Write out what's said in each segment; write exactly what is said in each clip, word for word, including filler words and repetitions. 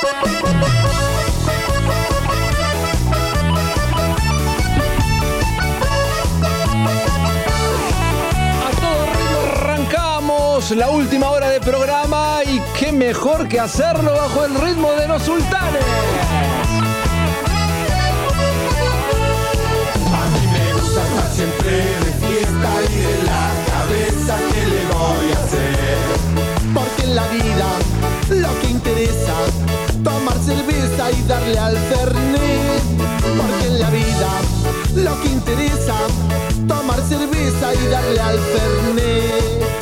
La última hora de programa y qué mejor que hacerlo bajo el ritmo de los sultanes. A mí me gusta estar siempre de fiesta y de la cabeza que le voy a hacer. Porque en la vida lo que interesa tomar cerveza y darle al fernet. Porque en la vida lo que interesa tomar cerveza y darle al fernet.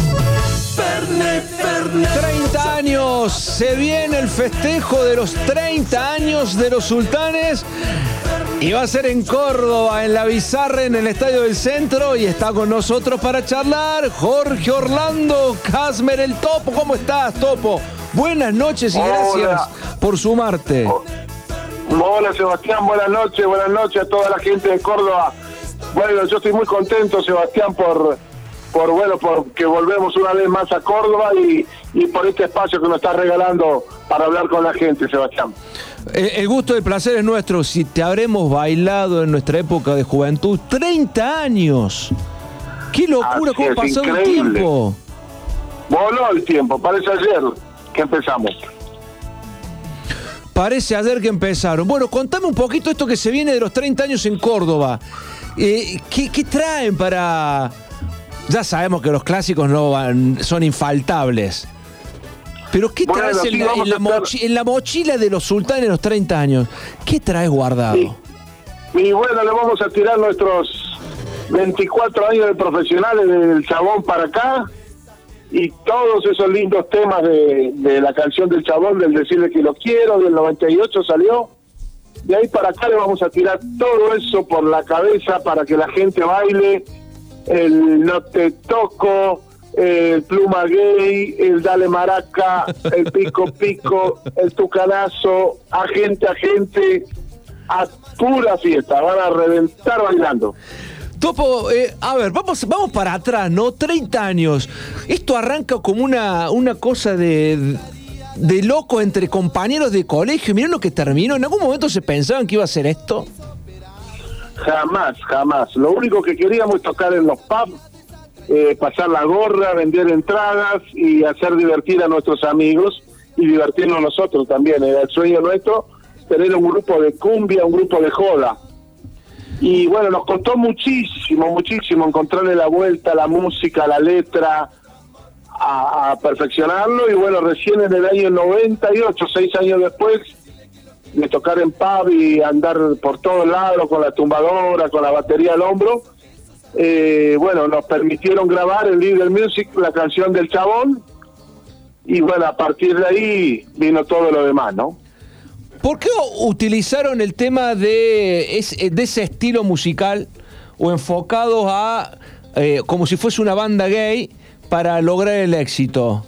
treinta años, se viene el festejo de los treinta años de los sultanes y va a ser en Córdoba, en la Bizarre, en el Estadio del Centro, y está con nosotros para charlar Jorge Orlando Casmer, el Topo. ¿Cómo estás, Topo? Buenas noches y Hola. Gracias por sumarte. Hola, Sebastián, buenas noches, buenas noches a toda la gente de Córdoba. Bueno, yo estoy muy contento, Sebastián, por... por bueno, porque volvemos una vez más a Córdoba y, y por este espacio que nos estás regalando para hablar con la gente, Sebastián. El, el gusto y el placer es nuestro. Si te habremos bailado en nuestra época de juventud, treinta años. ¡Qué locura! Así ¿Cómo es, pasó el increíble. tiempo? Voló el tiempo, parece ayer que empezamos. Parece ayer que empezaron. Bueno, contame un poquito esto que se viene de los treinta años en Córdoba. Eh, ¿qué, ¿Qué traen para...? Ya sabemos que los clásicos no van, son infaltables. Pero ¿qué Bueno, traes en, sí, la, en, la estar... mochi, en la mochila de los sultanes de los treinta años? ¿Qué traes guardado? Sí. Y bueno, le vamos a tirar nuestros veinticuatro años de profesionales del Chabón para acá y todos esos lindos temas de, de la canción del Chabón, del Decirle que lo quiero, del noventa y ocho salió. De ahí para acá le vamos a tirar todo eso por la cabeza para que la gente baile. El No Te Toco, el Pluma Gay, el Dale Maraca, el Pico Pico, el Tucanazo, agente, agente, a pura fiesta, van a reventar bailando. Topo, eh, a ver, vamos, vamos para atrás, ¿no? treinta años. Esto arranca como una, una cosa de, de loco entre compañeros de colegio. Mirá lo que terminó. ¿En algún momento se pensaban que iba a ser esto? Jamás, jamás. Lo único que queríamos es tocar en los pubs, eh, pasar la gorra, vender entradas y hacer divertir a nuestros amigos y divertirnos nosotros también. Era el sueño nuestro tener un grupo de cumbia, un grupo de joda. Y bueno, nos costó muchísimo, muchísimo encontrarle la vuelta a la música, a la letra, a, a perfeccionarlo. Y bueno, recién en el año noventa y ocho, seis años después, de tocar en pub y andar por todos lados con la tumbadora, con la batería al hombro, eh, bueno, nos permitieron grabar en Líder Music la canción del Chabón y bueno, a partir de ahí vino todo lo demás, ¿no? ¿Por qué utilizaron el tema de, ese, de ese estilo musical o enfocados a eh, como si fuese una banda gay para lograr el éxito?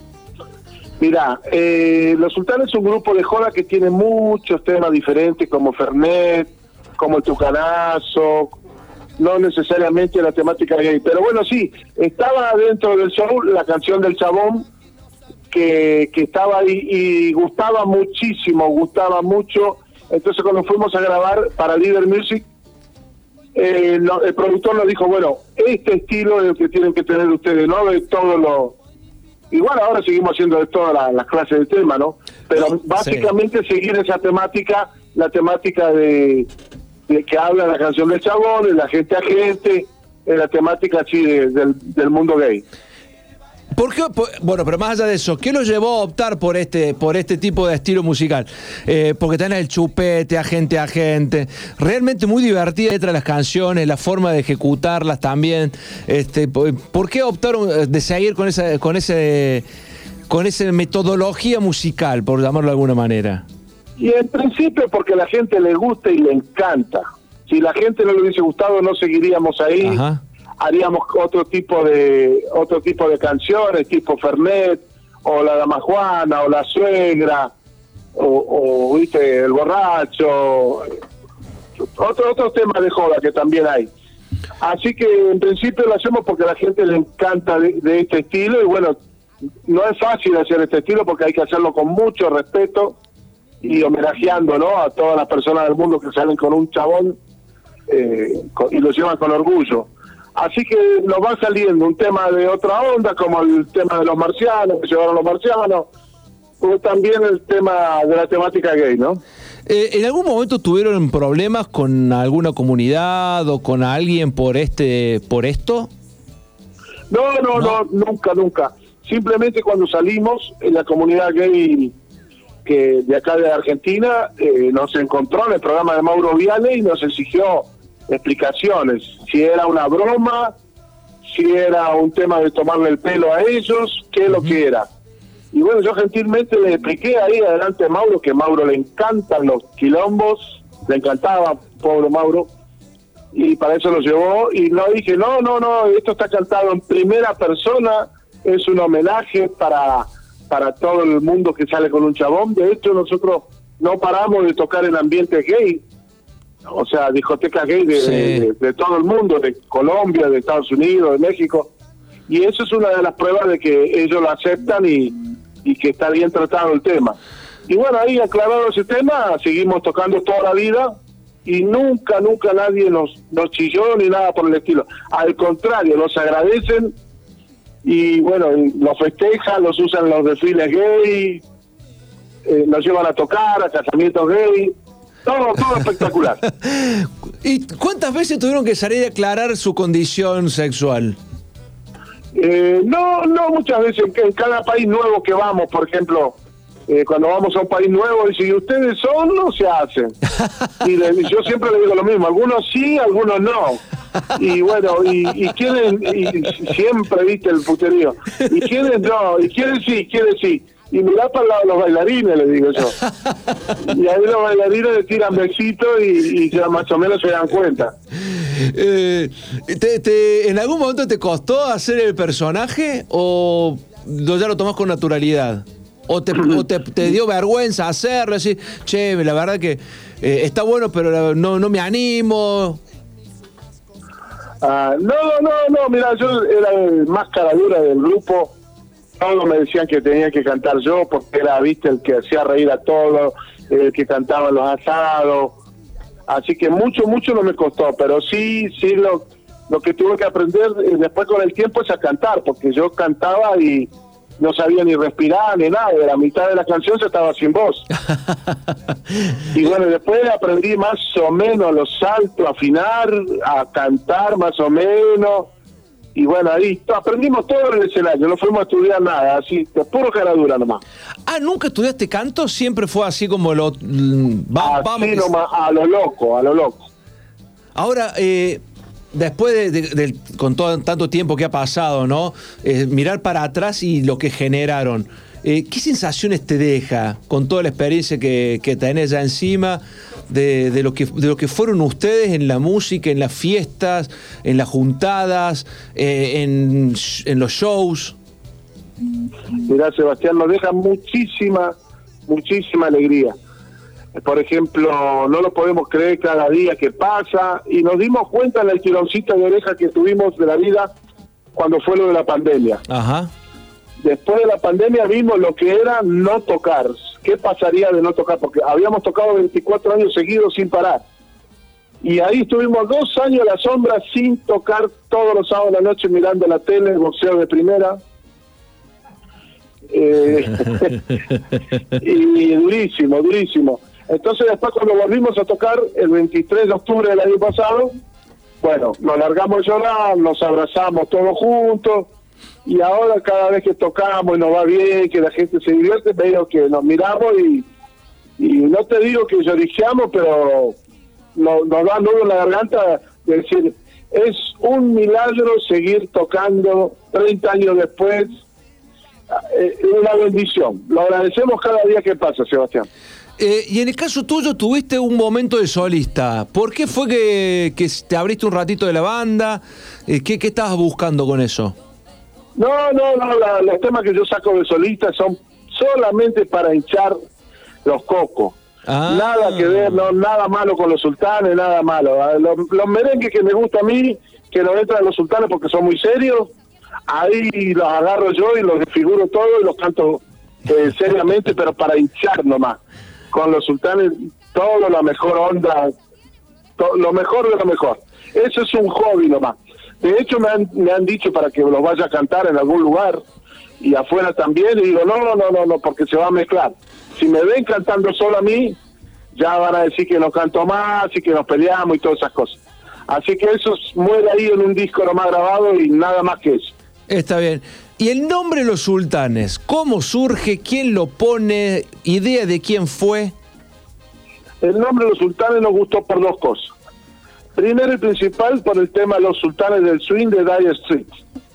Mira, eh, Los Sultanes es un grupo de joda que tiene muchos temas diferentes, como Fernet, como el Tucanazo, no necesariamente la temática gay, pero bueno, sí, estaba dentro del show la canción del Chabón, que, que estaba ahí y gustaba muchísimo, gustaba mucho. Entonces cuando fuimos a grabar para Líder Music, eh, no, el productor nos dijo, bueno, este estilo es el que tienen que tener ustedes, no de todo lo... Igual ahora seguimos haciendo de todas las, las clases de tema, ¿no? Pero básicamente sí, seguir esa temática, la temática de, de que habla la canción del Chabón, de la gente a gente, de la temática así de, del, del mundo gay. ¿Por qué? Bueno, pero más allá de eso, ¿qué lo llevó a optar por este, por este tipo de estilo musical? Eh, porque tenés el chupete, agente a agente, realmente muy divertida la letra de las canciones, la forma de ejecutarlas también. Este, ¿por qué optaron de seguir con esa, con ese, con esa metodología musical, por llamarlo de alguna manera? Y en principio porque a la gente le gusta y le encanta. Si la gente no le hubiese gustado, no seguiríamos ahí. Ajá. Haríamos otro tipo de otro tipo de canciones, tipo Fernet, o la Dama Juana, o la Suegra, o, o viste, el borracho, otro, otros temas de joda que también hay. Así que en principio lo hacemos porque a la gente le encanta de, de este estilo, y bueno, no es fácil hacer este estilo porque hay que hacerlo con mucho respeto y homenajeando, ¿no?, a todas las personas del mundo que salen con un chabón eh, con, y lo llevan con orgullo. Así que nos va saliendo un tema de otra onda, como el tema de los marcianos, que llevaron los marcianos, o también el tema de la temática gay, ¿no? Eh, ¿En algún momento tuvieron problemas con alguna comunidad o con alguien por este, por esto? No, no, no, no, nunca, nunca. Simplemente cuando salimos, en la comunidad gay que de acá de Argentina, eh, nos encontró en el programa de Mauro Viale y nos exigió explicaciones, si era una broma, si era un tema de tomarle el pelo a ellos, qué es lo que era. Y bueno, yo gentilmente le expliqué ahí adelante a Mauro, que a Mauro le encantan los quilombos, le encantaba, pobre Mauro, y para eso lo llevó, y no dije, no, no, no, esto está cantado en primera persona, es un homenaje para, para todo el mundo que sale con un chabón. De hecho, nosotros no paramos de tocar en ambientes gay, o sea, discotecas gay de, sí. de, de todo el mundo, de Colombia, de Estados Unidos, de México, y eso es una de las pruebas de que ellos lo aceptan y, y que está bien tratado el tema. Y bueno, ahí aclarado ese tema, seguimos tocando toda la vida y nunca, nunca nadie nos, nos chilló ni nada por el estilo. Al contrario, nos agradecen y bueno, los festejan, los usan en los desfiles gay, eh, nos llevan a tocar, a casamientos gay, todo, todo espectacular. ¿Y cuántas veces tuvieron que salir a aclarar su condición sexual? Eh, no, no, muchas veces en, en cada país nuevo que vamos, por ejemplo, eh, cuando vamos a un país nuevo, dicen, ¿y ustedes son o se hacen? Y le, yo siempre le digo lo mismo, algunos sí, algunos no. Y bueno, y, y quieren, y siempre viste el puterío, y quieren no, y quieren sí, quieren sí. Y mirá para los, los bailarines, le digo yo. Y ahí los bailarines le tiran besitos y, y ya más o menos se dan cuenta. Eh, te, te, ¿En algún momento te costó hacer el personaje o ya lo tomás con naturalidad? ¿O te, o te, te dio vergüenza hacerlo? Decir, che, la verdad que eh, está bueno, pero no, no me animo. Ah, no, no, no, mira, yo era el más caradura del grupo. Todos me decían que tenía que cantar yo porque era, viste, el que hacía reír a todos, el que cantaba en los asados. Así que mucho, mucho no me costó, pero sí, sí lo, lo que tuve que aprender después con el tiempo es a cantar, porque yo cantaba y no sabía ni respirar ni nada, de la mitad de la canción se estaba sin voz. Y bueno, después aprendí más o menos los saltos, a afinar, a cantar más o menos. Y bueno, ahí aprendimos todo en el escenario, no fuimos a estudiar nada, así, de puro cara dura nomás. Ah, ¿nunca estudiaste canto? Siempre fue así como lo... Va, así vamos, nomás, a lo loco, a lo loco. Ahora, eh, después de, de, de con todo tanto tiempo que ha pasado, ¿no? Eh, mirar para atrás y lo que generaron. Eh, ¿Qué sensaciones te deja con toda la experiencia que, que tenés ya encima de, de, lo que, de lo que fueron ustedes en la música, en las fiestas, en las juntadas, eh, en, en los shows? Mirá, Sebastián, nos deja muchísima, muchísima alegría. Por ejemplo, no lo podemos creer cada día que pasa y nos dimos cuenta en el tironcito de oreja que tuvimos de la vida cuando fue lo de la pandemia. Ajá. Después de la pandemia vimos lo que era no tocar. ¿Qué pasaría de no tocar? Porque habíamos tocado veinticuatro años seguidos sin parar. Y ahí estuvimos dos años a la sombra sin tocar todos los sábados de la noche mirando la tele, el boxeo de primera. Eh, y durísimo, durísimo. Entonces después cuando volvimos a tocar el veintitrés de octubre del año pasado, bueno, nos largamos a llorar, nos abrazamos todos juntos. Y ahora cada vez que tocamos y nos va bien, que la gente se divierte, veo que nos miramos y, y no te digo que lloriqueamos, pero nos, nos da nudo en la garganta de decir, es un milagro seguir tocando treinta años después, eh, una bendición. Lo agradecemos cada día que pasa, Sebastián. Eh, y en el caso tuyo tuviste un momento de solista. ¿Por qué fue que, que te abriste un ratito de la banda? Eh, ¿qué, ¿Qué estabas buscando con eso? No, no, no, la, los temas que yo saco de solista son solamente para hinchar los cocos. Ah. Nada que ver, no, nada malo con los sultanes, nada malo. Los, los merengues que me gusta a mí, que no entran los sultanes porque son muy serios, ahí los agarro yo y los desfiguro todo y los canto eh, seriamente, pero para hinchar nomás. Con los sultanes, todo la mejor onda, to, lo mejor de lo mejor. Eso es un hobby nomás. De hecho, me han, me han dicho para que los vaya a cantar en algún lugar y afuera también, y digo, no, no, no, no, no, porque se va a mezclar. Si me ven cantando solo a mí, ya van a decir que no canto más y que nos peleamos y todas esas cosas. Así que eso muere ahí en un disco nomás grabado y nada más que eso. Está bien. ¿Y el nombre Los Sultanes? ¿Cómo surge? ¿Quién lo pone? ¿Idea de quién fue? El nombre Los Sultanes nos gustó por dos cosas. Primero y principal, por el tema Los Sultanes del Swing de Dire Straits.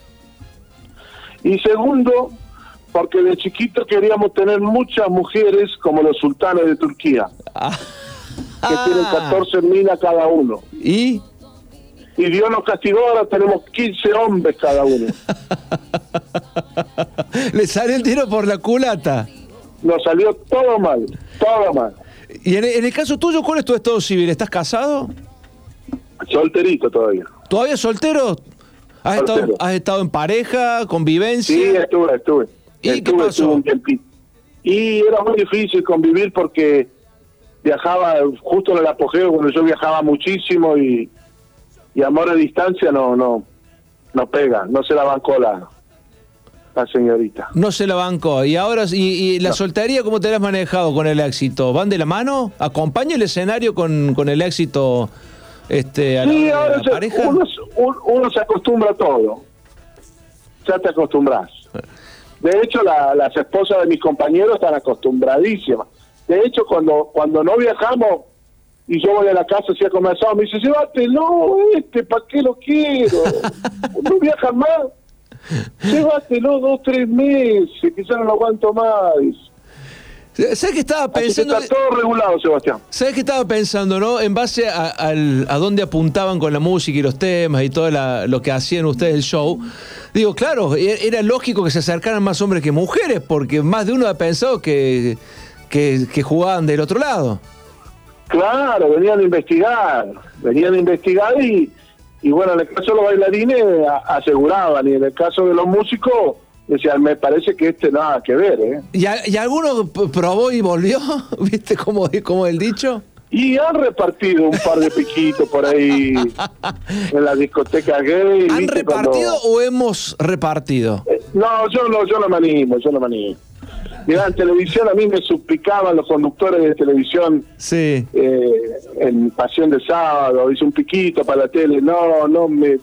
Y segundo, porque de chiquito queríamos tener muchas mujeres como los sultanes de Turquía, ah. que tienen catorce minas cada uno. ¿Y? Y Dios nos castigó, ahora tenemos quince hombres cada uno. Le salió el tiro por la culata. Nos salió todo mal, todo mal. Y en, en el caso tuyo, ¿cuál es tu estado civil? ¿Estás casado? Solterito todavía. ¿Todavía soltero? ¿Has, Soltero. estado, ¿Has estado en pareja, convivencia? Sí, estuve, estuve. ¿Y estuve, qué pasó? estuve un tiempito. Y era muy difícil convivir porque viajaba justo en el apogeo, cuando yo viajaba muchísimo y, y amor a distancia no no no pega, no se la bancó la, la señorita. No se la bancó. ¿Y ahora y, y la No. soltería cómo te la has manejado con el éxito? ¿Van de la mano? ¿Acompaña el escenario con, con el éxito este, a la, Sí, hora de ahora la se- pareja? uno, uno, uno se acostumbra a todo. Ya te acostumbras. De hecho, la, las esposas de mis compañeros están acostumbradísimas. De hecho, cuando cuando no viajamos y yo voy a la casa así a comer asado, me dice, llévatelo, este, ¿para qué lo quiero? No viajan más. Llévatelo dos, tres meses, que ya no lo aguanto más. ¿Sabes qué estaba Así que pensando? está todo regulado, Sebastián. ¿Sabes qué estaba pensando, no? En base a, al- a dónde apuntaban con la música y los temas y todo la- lo que hacían ustedes el show. Digo, claro, e- era lógico que se acercaran más hombres que mujeres, porque más de uno ha pensado que, que, que jugaban del otro lado. Claro, venían a investigar, venían a investigar y, y bueno, en el caso de los bailarines a- aseguraban, y en el caso de los músicos decían, me parece que este nada que ver, ¿eh? ¿Y, a- y alguno p- probó y volvió? ¿Viste cómo, cómo el dicho? Y han repartido un par de piquitos por ahí en la discoteca gay. ¿Han ¿viste? repartido Cuando- o hemos repartido? Eh, No, yo no, yo no me animo, yo no me animo. Mirá, en televisión a mí me suplicaban los conductores de televisión Sí. eh, en Pasión de Sábado, hice un piquito para la tele, no, no me...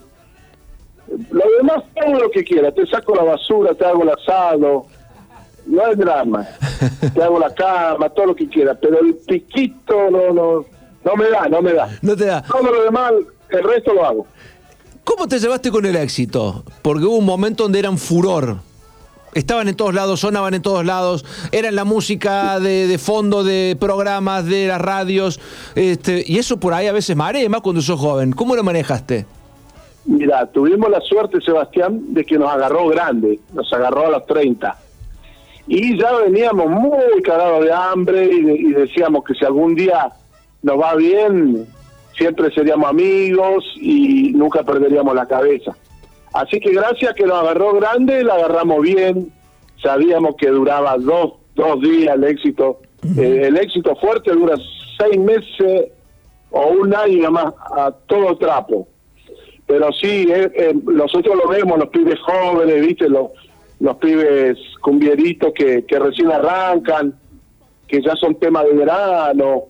Lo demás, todo lo que quiera, te saco la basura, te hago el asado, no hay drama, te hago la cama, todo lo que quiera, pero el piquito no, no, no me da, no me da. No te da. Todo lo demás, el resto lo hago. ¿Cómo te llevaste con el éxito? Porque hubo un momento donde eran furor. Estaban en todos lados, sonaban en todos lados, eran la música de, de fondo de programas, de las radios, este, y eso por ahí a veces marea, más cuando sos joven. ¿Cómo lo manejaste? Mira, tuvimos la suerte, Sebastián, de que nos agarró grande, nos agarró a los treinta. Y ya veníamos muy cagados de hambre y, de- y decíamos que si algún día nos va bien, siempre seríamos amigos y nunca perderíamos la cabeza. Así que gracias a que nos agarró grande, la agarramos bien, sabíamos que duraba dos, dos días el éxito. Eh, el éxito fuerte dura seis meses o un año más a todo trapo. Pero sí, eh, eh, nosotros lo vemos, los pibes jóvenes, ¿viste? Los, los pibes cumbieritos que, que recién arrancan, que ya son temas de verano,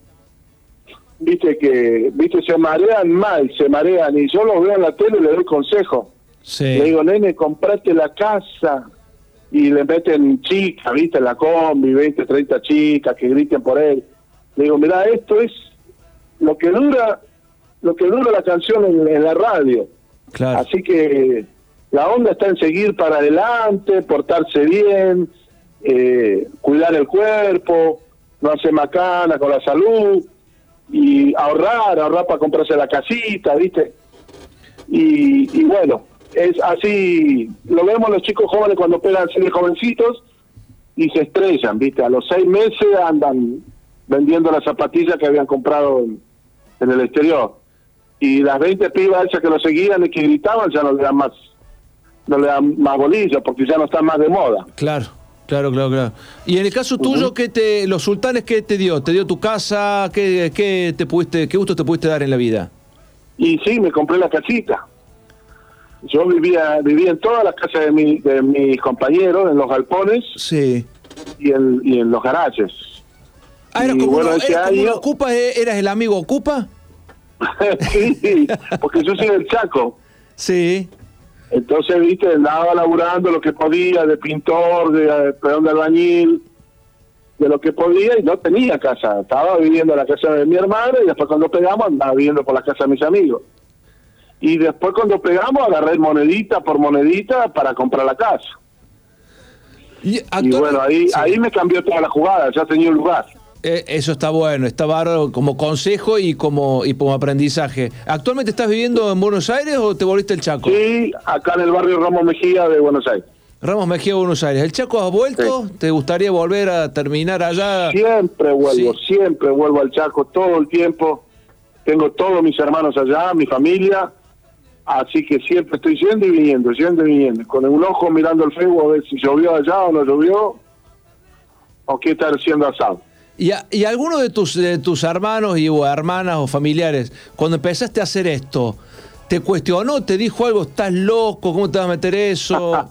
¿viste? Que viste se marean mal, se marean. Y yo los veo en la tele y le doy consejo. Sí. Le digo, nene, comprate la casa. Y le meten chicas, ¿viste? En la combi, veinte, treinta chicas que griten por él. Le digo, mirá, esto es lo que dura lo que dura la canción en, en la radio. Claro. Así que la onda está en seguir para adelante, portarse bien, eh, cuidar el cuerpo, no hacer macana con la salud, y ahorrar, ahorrar para comprarse la casita, ¿viste? Y, y bueno, es así, lo vemos los chicos jóvenes cuando pegan así de jovencitos y se estrellan, ¿viste? A los seis meses andan vendiendo las zapatillas que habían comprado en, en el exterior. Y las veinte pibas esas que lo seguían y que gritaban ya no le dan más no le dan más bolilla porque ya no están más de moda. Claro, claro, claro, claro. Y en el caso tuyo, uh-huh. ¿qué te, los sultanes qué te dio? ¿Te dio tu casa? ¿Qué, qué te pudiste, qué gusto te pudiste dar en la vida? Y sí, me compré la casita. Yo vivía vivía en todas las casas de, mi, de mis compañeros, en los galpones, sí, y en, y en los garajes. Ah, ¿eras como, bueno, uno, eras como uno Ocupa? ¿Eras el amigo Ocupa? Sí, porque yo soy del Chaco. Sí. Entonces, viste, andaba laburando lo que podía, de pintor, de, de peón de albañil, de lo que podía, y no tenía casa. Estaba viviendo en la casa de mi hermana, y después cuando pegamos andaba viviendo por la casa de mis amigos. Y después cuando pegamos agarré monedita por monedita para comprar la casa. Y, y bueno, ahí, sí. ahí me cambió toda la jugada, ya tenía un lugar. Eh, eso está bueno, está bárbaro como consejo y como y como aprendizaje. ¿Actualmente estás viviendo en Buenos Aires o te volviste al Chaco? Sí, acá en el barrio Ramos Mejía de Buenos Aires. Ramos Mejía, Buenos Aires. ¿El Chaco has vuelto? Sí. ¿Te gustaría volver a terminar allá? Siempre vuelvo, sí. siempre vuelvo al Chaco, todo el tiempo. Tengo todos mis hermanos allá, mi familia, así que siempre estoy yendo y viniendo, yendo y viniendo. Con un ojo mirando el Facebook a ver si llovió allá o no llovió, o qué está haciendo asado. ¿Y, a, y alguno de tus, de tus hermanos y, o hermanas o familiares, cuando empezaste a hacer esto, te cuestionó, te dijo algo, estás loco, cómo te vas a meter eso?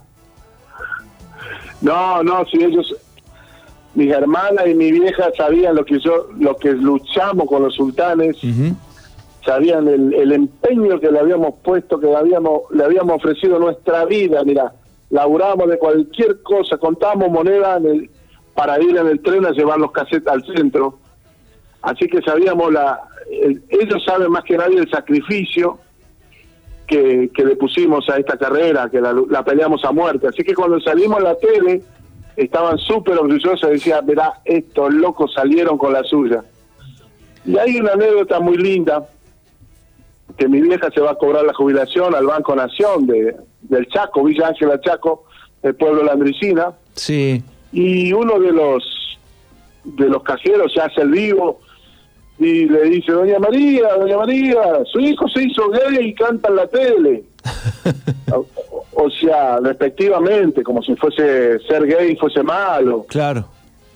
No, no, si ellos, mis hermanas y mi vieja sabían lo que yo, lo que luchamos con los sultanes, uh-huh. sabían el, el empeño que le habíamos puesto, que le habíamos, le habíamos ofrecido nuestra vida, mira, laburábamos de cualquier cosa, contábamos moneda en el, para ir en el tren a llevar los cassettes al centro, así que sabíamos la, el, ellos saben más que nadie el sacrificio que, que le pusimos a esta carrera, que la, la peleamos a muerte, así que cuando salimos a la tele estaban súper orgullosos, decían, verá, estos locos salieron con la suya. Y hay una anécdota muy linda, que mi vieja se va a cobrar la jubilación al Banco Nación de, del Chaco, Villa Ángela Chaco, el pueblo de Landricina. Sí. Y uno de los de los cajeros se hace el vivo y le dice, doña María, doña María, su hijo se hizo gay y canta en la tele. o, o sea, respectivamente, como si fuese ser gay fuese malo. Claro.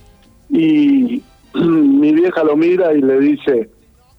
Y mi vieja lo mira y le dice,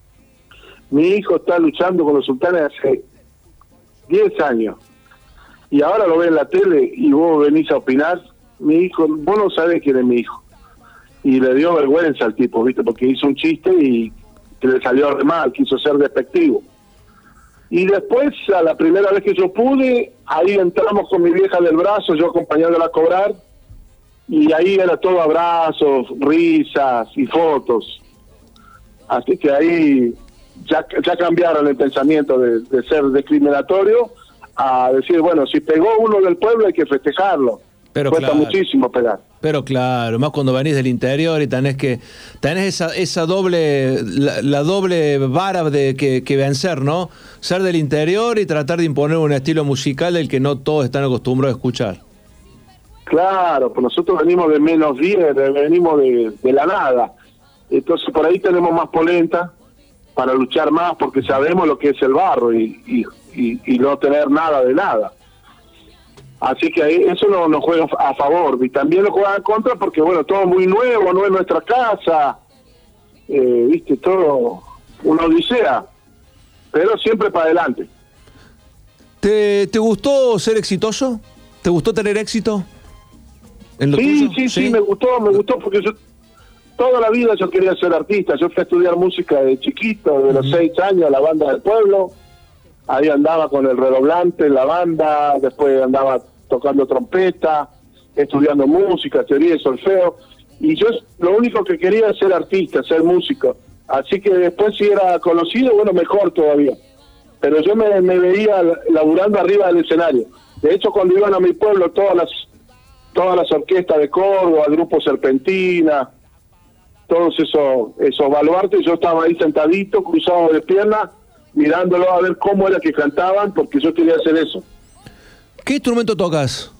mi hijo está luchando con los sultanes hace diez años y ahora lo ve en la tele y vos venís a opinar. Mi hijo, vos no sabés quién es mi hijo. Y le dio vergüenza al tipo, ¿viste? Porque hizo un chiste y que le salió re mal, quiso ser despectivo. Y después, a la primera vez que yo pude, ahí entramos con mi vieja del brazo, yo acompañándola a cobrar, y ahí era todo abrazos, risas y fotos. Así que ahí ya, ya cambiaron el pensamiento de, de ser discriminatorio a decir, bueno, si pegó uno del pueblo hay que festejarlo. Pero cuesta claro, muchísimo pegar. Pero claro, más cuando venís del interior y tenés que tenés esa esa doble la, la doble vara de que, que vencer, ¿no? Ser del interior y tratar de imponer un estilo musical del que no todos están acostumbrados a escuchar. Claro, pues nosotros venimos de menos diez, venimos de, de la nada. Entonces por ahí tenemos más polenta para luchar más porque sabemos lo que es el barro y, y, y, y no tener nada de nada. Así que ahí eso nos no juega a favor y también lo juega en contra porque, bueno, todo muy nuevo, no es nuestra casa, eh, viste, todo una odisea, pero siempre para adelante. ¿Te, te gustó ser exitoso? ¿Te gustó tener éxito en lo sí, tuyo? Sí, sí, sí, me gustó, me gustó porque yo toda la vida yo quería ser artista. Yo fui a estudiar música de chiquito, de los uh-huh. seis años, a la banda del pueblo. Ahí andaba con el redoblante en la banda, después andaba tocando trompeta, estudiando música, teoría y solfeo, y yo lo único que quería era ser artista, ser músico. Así que después si era conocido, bueno, mejor todavía. Pero yo me, me veía laburando arriba del escenario. De hecho, cuando iban a mi pueblo, todas las todas las orquestas de Córdoba, el grupo Serpentina, todos esos, esos baluartes, yo estaba ahí sentadito, cruzado de piernas, mirándolo a ver cómo era que cantaban, porque yo quería hacer eso. ¿Qué instrumento tocas?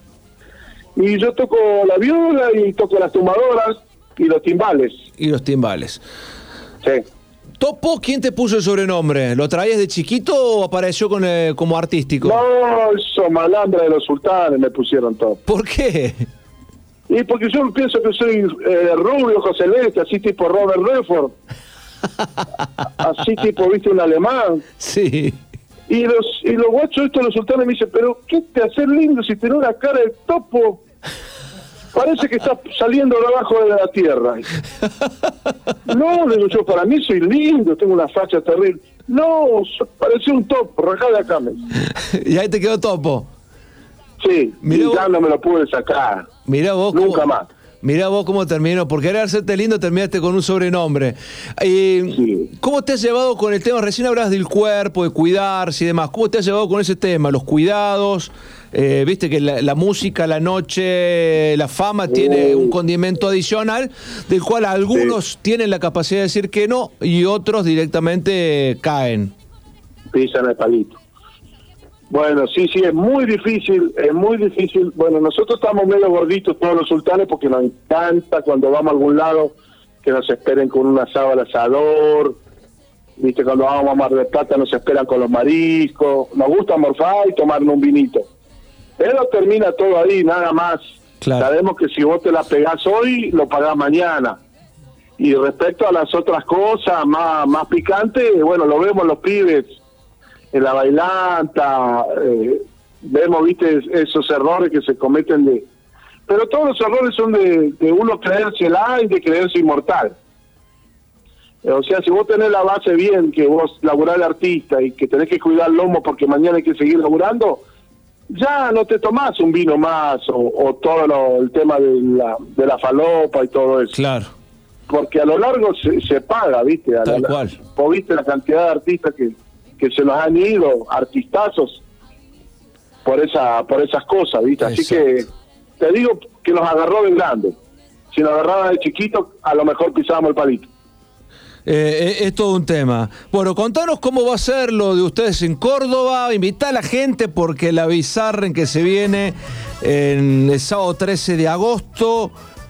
Y yo toco la viola y toco las tumbadoras y los timbales. Y los timbales. Sí. Topo, ¿quién te puso el sobrenombre? ¿Lo traías de chiquito o apareció con, eh, como artístico? No, eso, malandra de los sultanes me pusieron Topo. ¿Por qué? Y porque yo pienso que soy eh, rubio, ojos celeste, así tipo Robert Redford. Así tipo, viste, un alemán. Sí. Y los y los guachos estos, los sultanes, me dicen, pero ¿qué te hace lindo si tenés una cara de Topo? Parece que está saliendo de abajo de la tierra. No, digo yo, para mí soy lindo, tengo una facha terrible. No, parece un Topo, rajá de acá. Me... Y ahí te quedó Topo. Sí, mirá y vos, ya no me lo pude sacar. Mirá vos Nunca cómo, más. Mirá vos cómo terminó. Por querer hacerte lindo terminaste con un sobrenombre. Eh, Sí. ¿Cómo te has llevado con el tema? Recién hablabas del cuerpo, de cuidarse y demás. ¿Cómo te has llevado con ese tema? Los cuidados. Eh, Viste que la, la música, la noche, la fama tiene un condimento adicional del cual algunos Sí. tienen la capacidad de decir que no y otros directamente caen. Pisan el palito. Bueno, sí, sí, es muy difícil, es muy difícil. Bueno, nosotros estamos medio gorditos todos los sultanes porque nos encanta cuando vamos a algún lado que nos esperen con un asado al asador. Viste, cuando vamos a Mar del Plata nos esperan con los mariscos. Nos gusta morfar y tomarnos un vinito. Pero termina todo ahí, nada más. Claro. Sabemos que si vos te la pegás hoy, lo pagás mañana. Y respecto a las otras cosas más, más picantes, bueno, lo vemos los pibes en la bailanta, eh, vemos, viste, esos errores que se cometen de... Pero todos los errores son de, de uno creérsela y de creerse inmortal. O sea, si vos tenés la base bien, que vos laburás de artista y que tenés que cuidar el lomo porque mañana hay que seguir laburando, ya no te tomás un vino más o, o todo lo, el tema de la, de la falopa y todo eso. Claro. Porque a lo largo se, se paga, viste. A Tal la, cual. Vos viste la cantidad de artistas que, que se nos han ido, artistazos, por esa por esas cosas, viste. Así Exacto. que te digo que nos agarró de grande. Si nos agarraba de chiquito, a lo mejor pisábamos el palito. Eh, es todo un tema. Bueno, contanos cómo va a ser lo de ustedes en Córdoba. Invitá a la gente porque la Bizarren que se viene en el sábado trece de agosto.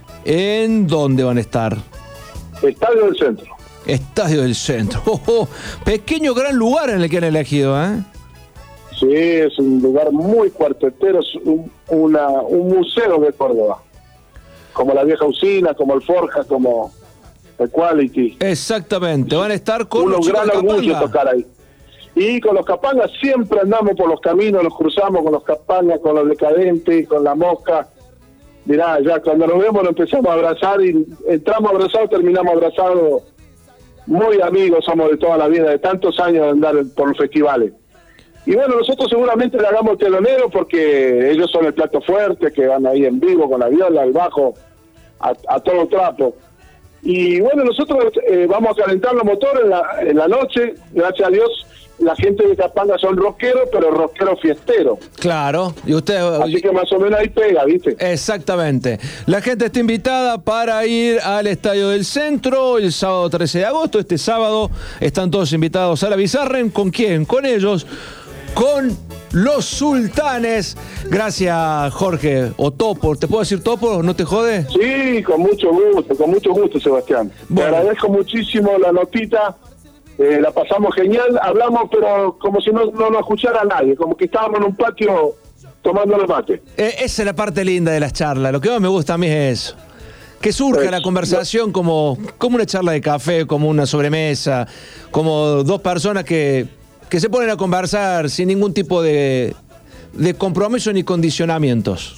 ¿En dónde van a estar? Estadio del Centro. Estadio del Centro. Oh, oh, pequeño gran lugar en el que han elegido, ¿eh? Sí, es un lugar muy cuartetero, es un, una, un museo de Córdoba. Como la vieja usina, como el Forja, como el Quality. Exactamente. Van a estar con Un los chicos gran de orgullo Capanga. tocar ahí. Y con los Capangas siempre andamos por los caminos, nos cruzamos con los Capangas, con los Decadentes, con la Mosca. Mirá, ya cuando nos vemos nos empezamos a abrazar y entramos abrazados, terminamos abrazados. Muy amigos somos de toda la vida, de tantos años de andar por los festivales. Y bueno, nosotros seguramente le hagamos telonero porque ellos son el plato fuerte, que van ahí en vivo con la viola, el bajo, a, a todo trapo. Y bueno, nosotros eh, vamos a calentar los motores en la, en la noche, gracias a Dios. La gente de Capanga son rockeros, pero rockeros fiesteros. Claro. Y usted. Así que más o menos ahí pega, ¿viste? Exactamente. La gente está invitada para ir al Estadio del Centro el sábado trece de agosto. Este sábado están todos invitados a la Bizarren. ¿Con quién? Con ellos. Con los Sultanes. Gracias, Jorge. O Topo. ¿Te puedo decir Topo? ¿No te jode? Sí, con mucho gusto, con mucho gusto, Sebastián. Bueno. Te agradezco muchísimo la notita. Eh, la pasamos genial, hablamos, pero como si no, no nos escuchara nadie, como que estábamos en un patio tomando el mate. Eh, esa es la parte linda de las charlas. Lo que más me gusta a mí es eso. Que surja Eso. la conversación como, como una charla de café, como una sobremesa, como dos personas que, que se ponen a conversar sin ningún tipo de, de compromiso ni condicionamientos.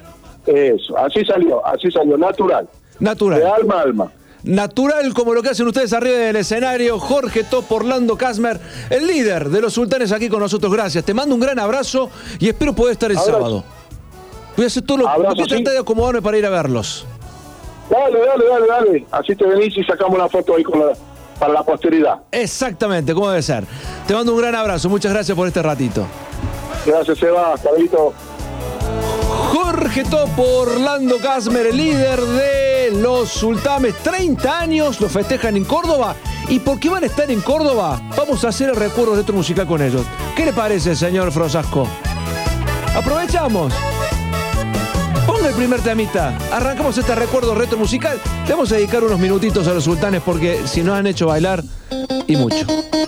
Eso, así salió, así salió, natural. Natural. De alma a alma. Natural como lo que hacen ustedes arriba del escenario. Jorge Topo, Orlando Casmer, el líder de los Sultanes aquí con nosotros. Gracias. Te mando un gran abrazo y espero poder estar el Abrazo. sábado. Voy a hacer todo lo Abrazo, voy a tratar sí. de acomodarme para ir a verlos. Dale, dale, dale, dale. Así te venís y sacamos una foto ahí con la, para la posteridad. Exactamente, como debe ser. Te mando un gran abrazo. Muchas gracias por este ratito. Gracias, Seba. Hasta luego. Jorge Topo, Orlando Casmer, el líder de los Sultanes. treinta años lo festejan en Córdoba. ¿Y por qué van a estar en Córdoba? Vamos a hacer el recuerdo de otro musical con ellos. ¿Qué le parece, señor Frosasco? Aprovechamos. Ponga el primer temita. Arrancamos este recuerdo retro musical. Le vamos a dedicar unos minutitos a los sultanes porque si nos han hecho bailar, y mucho.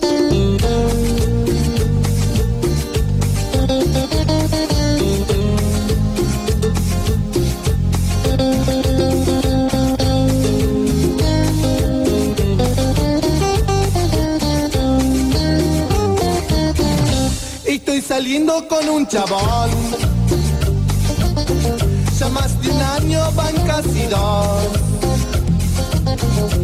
Estoy saliendo con un chabón, ya más de un año van casi dos.